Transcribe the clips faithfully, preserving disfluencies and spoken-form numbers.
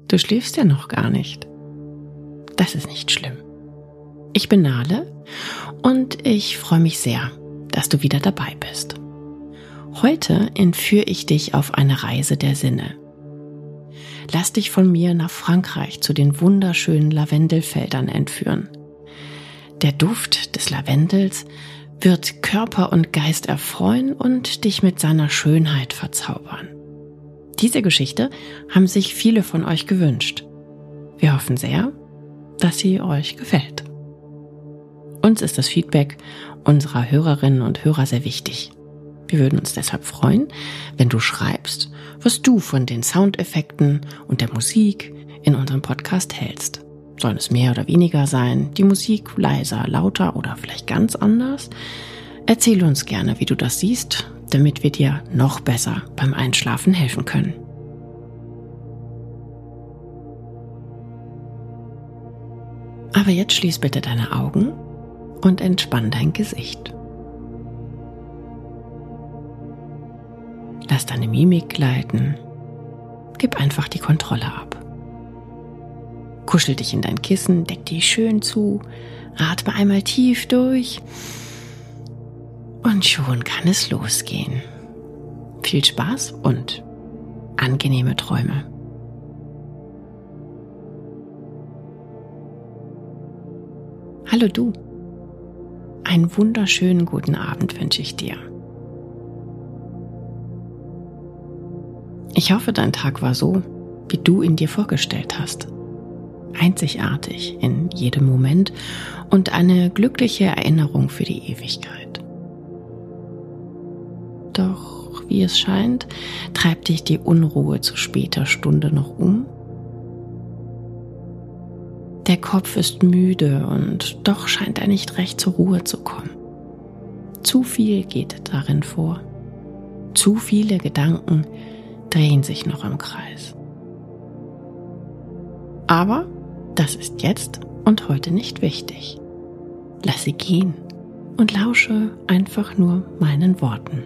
du schläfst ja noch gar nicht. Das ist nicht schlimm. Ich bin Nale und ich freue mich sehr, dass du wieder dabei bist. Heute entführe ich dich auf eine Reise der Sinne. Lass dich von mir nach Frankreich zu den wunderschönen Lavendelfeldern entführen. Der Duft des Lavendels wird Körper und Geist erfreuen und dich mit seiner Schönheit verzaubern. Diese Geschichte haben sich viele von euch gewünscht. Wir hoffen sehr, dass sie euch gefällt. Uns ist das Feedback unserer Hörerinnen und Hörer sehr wichtig. Wir würden uns deshalb freuen, wenn du schreibst, was du von den Soundeffekten und der Musik in unserem Podcast hältst. Sollen es mehr oder weniger sein, die Musik leiser, lauter oder vielleicht ganz anders? Erzähle uns gerne, wie du das siehst, damit wir dir noch besser beim Einschlafen helfen können. Aber jetzt schließ bitte deine Augen und entspann dein Gesicht. Lass deine Mimik gleiten. Gib einfach die Kontrolle ab. Kuschel dich in dein Kissen, deck dich schön zu, atme einmal tief durch und schon kann es losgehen. Viel Spaß und angenehme Träume. Hallo du, einen wunderschönen guten Abend wünsche ich dir. Ich hoffe, dein Tag war so, wie du ihn dir vorgestellt hast. Einzigartig in jedem Moment und eine glückliche Erinnerung für die Ewigkeit. Doch, wie es scheint, treibt dich die Unruhe zu später Stunde noch um. Der Kopf ist müde und doch scheint er nicht recht zur Ruhe zu kommen. Zu viel geht darin vor. Zu viele Gedanken drehen sich noch im Kreis. Aber das ist jetzt und heute nicht wichtig. Lass sie gehen und lausche einfach nur meinen Worten.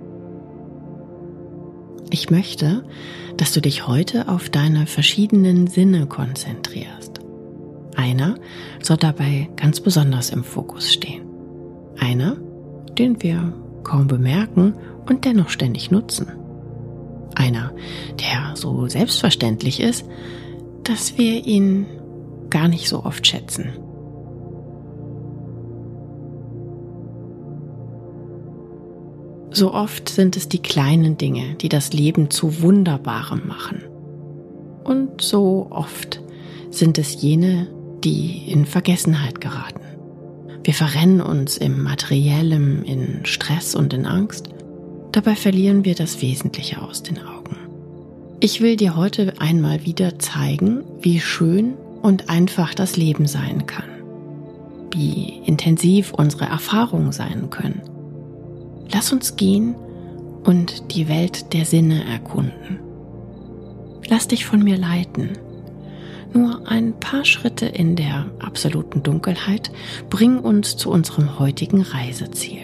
Ich möchte, dass du dich heute auf deine verschiedenen Sinne konzentrierst. Einer soll dabei ganz besonders im Fokus stehen. Einer, den wir kaum bemerken und dennoch ständig nutzen. Einer, der so selbstverständlich ist, dass wir ihn gar nicht so oft schätzen. So oft sind es die kleinen Dinge, die das Leben zu Wunderbarem machen. Und so oft sind es jene, die in Vergessenheit geraten. Wir verrennen uns im Materiellem, in Stress und in Angst. Dabei verlieren wir das Wesentliche aus den Augen. Ich will dir heute einmal wieder zeigen, wie schön und einfach das Leben sein kann. Wie intensiv unsere Erfahrungen sein können. Lass uns gehen und die Welt der Sinne erkunden. Lass dich von mir leiten. Nur ein paar Schritte in der absoluten Dunkelheit bringen uns zu unserem heutigen Reiseziel.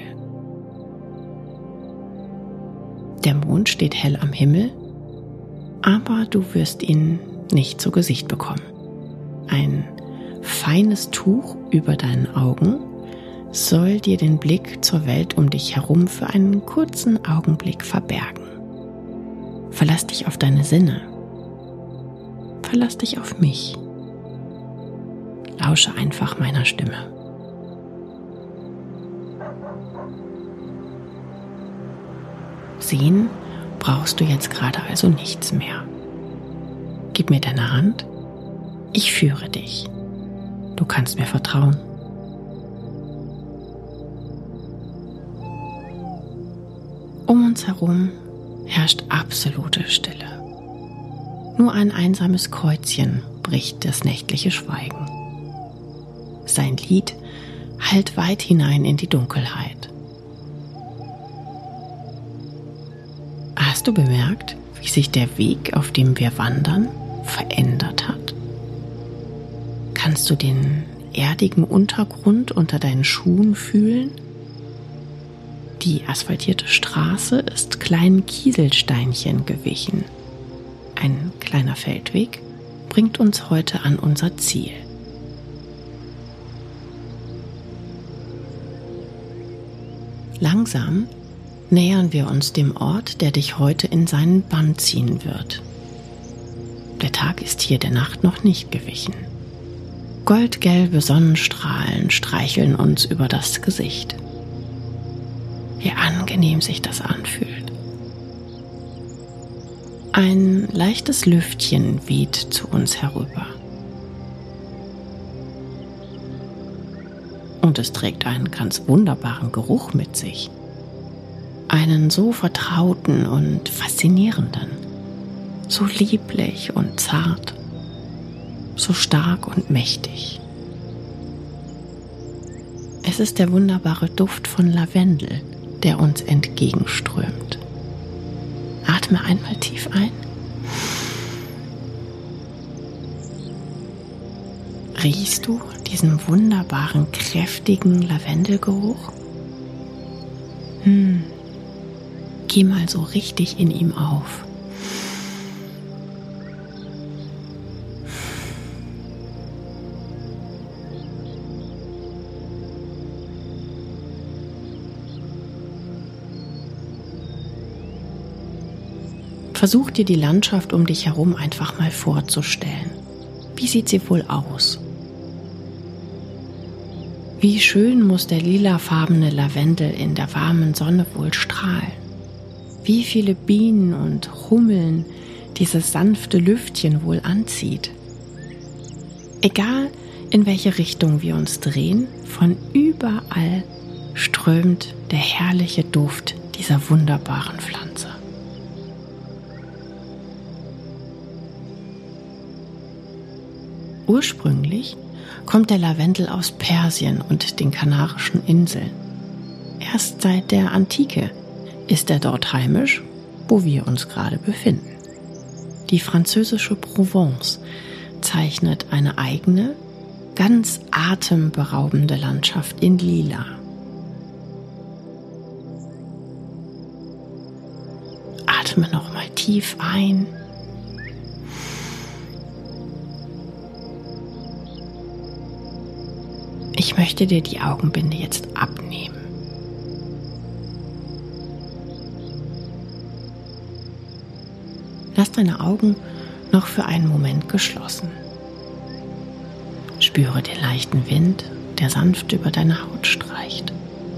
Der Mond steht hell am Himmel, aber du wirst ihn nicht zu Gesicht bekommen. Ein feines Tuch über deinen Augen soll dir den Blick zur Welt um dich herum für einen kurzen Augenblick verbergen. Verlass dich auf deine Sinne. Verlass dich auf mich. Lausche einfach meiner Stimme. Sehen brauchst du jetzt gerade also nichts mehr. Gib mir deine Hand. Ich führe dich. Du kannst mir vertrauen. Um uns herum herrscht absolute Stille. Nur ein einsames Käuzchen bricht das nächtliche Schweigen. Sein Lied hallt weit hinein in die Dunkelheit. Hast du bemerkt, wie sich der Weg, auf dem wir wandern, verändert hat? Kannst du den erdigen Untergrund unter deinen Schuhen fühlen? Die asphaltierte Straße ist kleinen Kieselsteinchen gewichen. Ein kleiner Feldweg bringt uns heute an unser Ziel. Langsam nähern wir uns dem Ort, der dich heute in seinen Bann ziehen wird. Der Tag ist hier der Nacht noch nicht gewichen. Goldgelbe Sonnenstrahlen streicheln uns über das Gesicht. Wie angenehm sich das anfühlt. Ein leichtes Lüftchen weht zu uns herüber. Und es trägt einen ganz wunderbaren Geruch mit sich. Einen so vertrauten und faszinierenden. So lieblich und zart. So stark und mächtig. Es ist der wunderbare Duft von Lavendel, der uns entgegenströmt. Atme einmal tief ein. Riechst du diesen wunderbaren, kräftigen Lavendelgeruch? Hm. Geh mal so richtig in ihm auf. Versuch dir die Landschaft um dich herum einfach mal vorzustellen. Wie sieht sie wohl aus? Wie schön muss der lilafarbene Lavendel in der warmen Sonne wohl strahlen? Wie viele Bienen und Hummeln dieses sanfte Lüftchen wohl anzieht? Egal, in welche Richtung wir uns drehen, von überall strömt der herrliche Duft dieser wunderbaren Pflanze. Ursprünglich kommt der Lavendel aus Persien und den Kanarischen Inseln. Erst seit der Antike ist er dort heimisch, wo wir uns gerade befinden. Die französische Provence zeichnet eine eigene, ganz atemberaubende Landschaft in Lila. Atme noch mal tief ein. Ich möchte dir die Augenbinde jetzt abnehmen. Lass deine Augen noch für einen Moment geschlossen. Spüre den leichten Wind, der sanft über deine Haut streicht.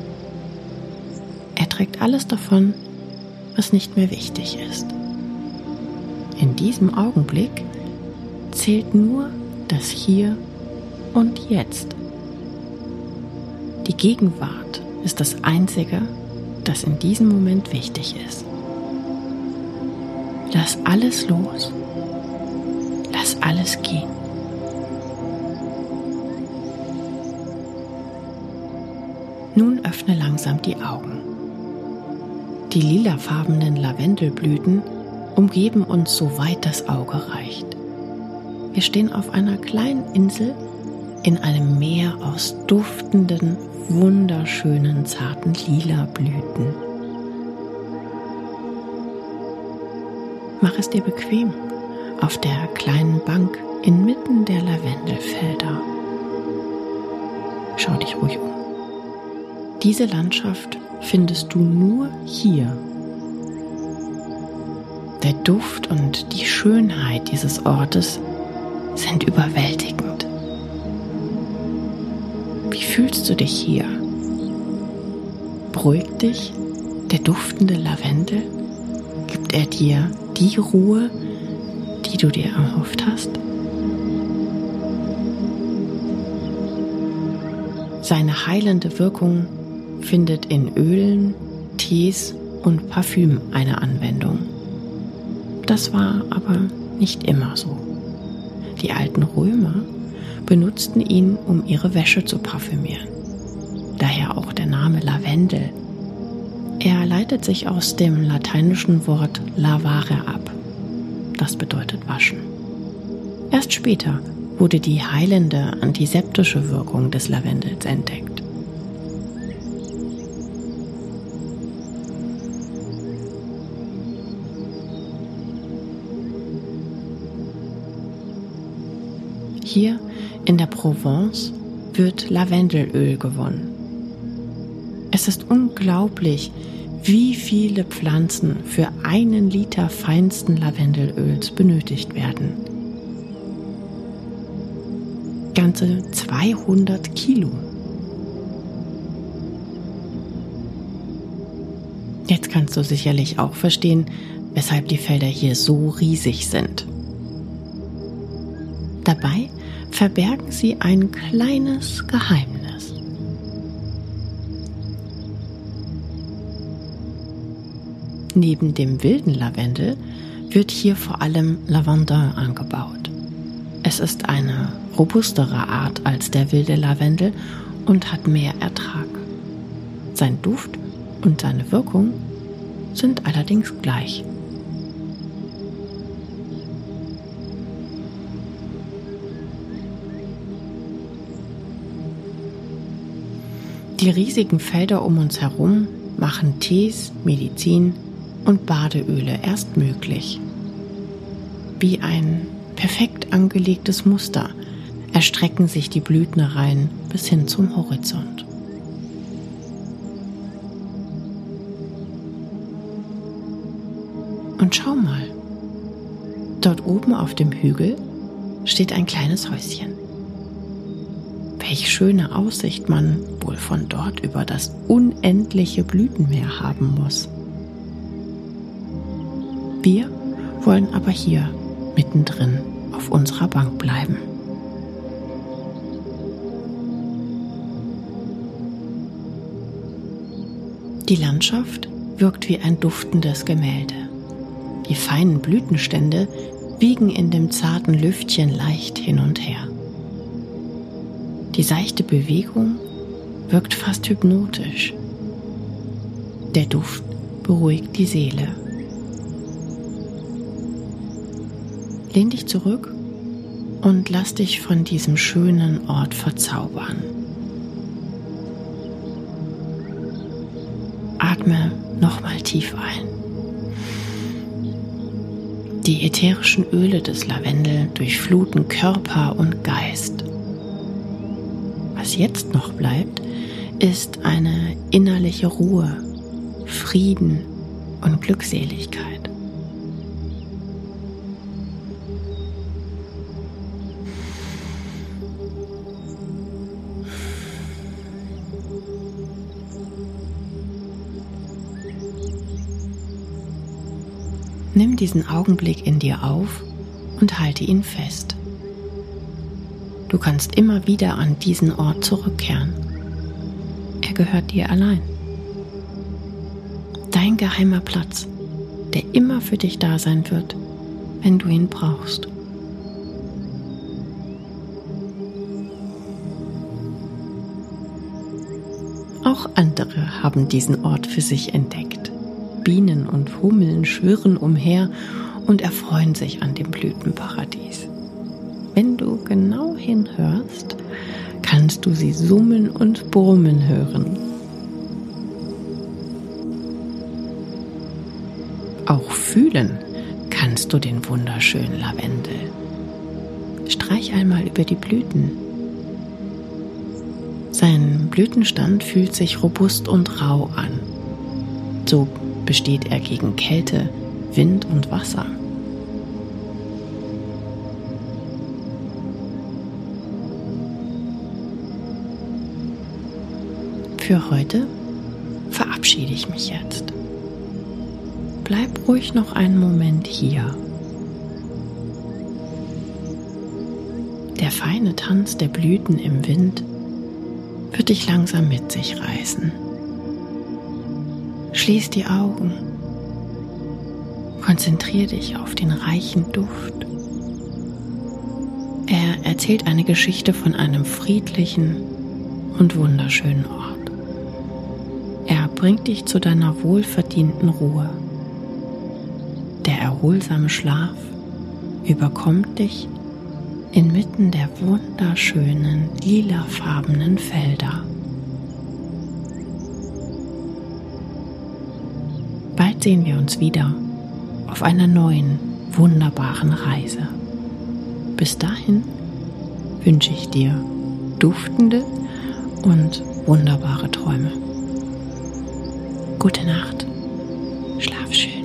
Er trägt alles davon, was nicht mehr wichtig ist. In diesem Augenblick zählt nur das Hier und Jetzt. Die Gegenwart ist das Einzige, das in diesem Moment wichtig ist. Lass alles los. Lass alles gehen. Nun öffne langsam die Augen. Die lilafarbenen Lavendelblüten umgeben uns so weit das Auge reicht. Wir stehen auf einer kleinen Insel in einem Meer aus duftenden, wunderschönen, zarten Lila-Blüten. Mach es dir bequem auf der kleinen Bank inmitten der Lavendelfelder. Schau dich ruhig um. Diese Landschaft findest du nur hier. Der Duft und die Schönheit dieses Ortes sind überwältigend. Wie fühlst du dich hier? Beruhigt dich der duftende Lavendel? Gibt er dir die Ruhe, die du dir erhofft hast? Seine heilende Wirkung findet in Ölen, Tees und Parfüm eine Anwendung. Das war aber nicht immer so. Die alten Römer benutzten ihn, um ihre Wäsche zu parfümieren. Daher auch der Name Lavendel. Er leitet sich aus dem lateinischen Wort lavare ab. Das bedeutet waschen. Erst später wurde die heilende antiseptische Wirkung des Lavendels entdeckt. Hier in der Provence wird Lavendelöl gewonnen. Es ist unglaublich, wie viele Pflanzen für einen Liter feinsten Lavendelöls benötigt werden. Ganze zweihundert Kilo. Jetzt kannst du sicherlich auch verstehen, weshalb die Felder hier so riesig sind. Dabei verbergen sie ein kleines Geheimnis. Neben dem wilden Lavendel wird hier vor allem Lavandin angebaut. Es ist eine robustere Art als der wilde Lavendel und hat mehr Ertrag. Sein Duft und seine Wirkung sind allerdings gleich. Die riesigen Felder um uns herum machen Tees, Medizin und Badeöle erst möglich. Wie ein perfekt angelegtes Muster erstrecken sich die Blütenreihen bis hin zum Horizont. Und schau mal, dort oben auf dem Hügel steht ein kleines Häuschen. Welch schöne Aussicht man wohl von dort über das unendliche Blütenmeer haben muss. Wir wollen aber hier mittendrin auf unserer Bank bleiben. Die Landschaft wirkt wie ein duftendes Gemälde. Die feinen Blütenstände wiegen in dem zarten Lüftchen leicht hin und her. Die seichte Bewegung wirkt fast hypnotisch. Der Duft beruhigt die Seele. Lehn dich zurück und lass dich von diesem schönen Ort verzaubern. Atme nochmal tief ein. Die ätherischen Öle des Lavendel durchfluten Körper und Geist. Was jetzt noch bleibt, ist eine innerliche Ruhe, Frieden und Glückseligkeit. Nimm diesen Augenblick in dir auf und halte ihn fest. Du kannst immer wieder an diesen Ort zurückkehren. Er gehört dir allein. Dein geheimer Platz, der immer für dich da sein wird, wenn du ihn brauchst. Auch andere haben diesen Ort für sich entdeckt. Bienen und Hummeln schwirren umher und erfreuen sich an dem Blütenparadies. Wenn du genau hinhörst, kannst du sie summen und brummen hören. Auch fühlen kannst du den wunderschönen Lavendel. Streich einmal über die Blüten. Sein Blütenstand fühlt sich robust und rau an. So besteht er gegen Kälte, Wind und Wasser. Für heute verabschiede ich mich jetzt. Bleib ruhig noch einen Moment hier. Der feine Tanz der Blüten im Wind wird dich langsam mit sich reißen. Schließ die Augen. Konzentriere dich auf den reichen Duft. Er erzählt eine Geschichte von einem friedlichen und wunderschönen Ort. Er bringt dich zu deiner wohlverdienten Ruhe. Der erholsame Schlaf überkommt dich inmitten der wunderschönen lilafarbenen Felder. Bald sehen wir uns wieder auf einer neuen, wunderbaren Reise. Bis dahin, wünsche ich dir duftende und wunderbare Träume. Gute Nacht, schlaf schön.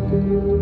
Tschüss.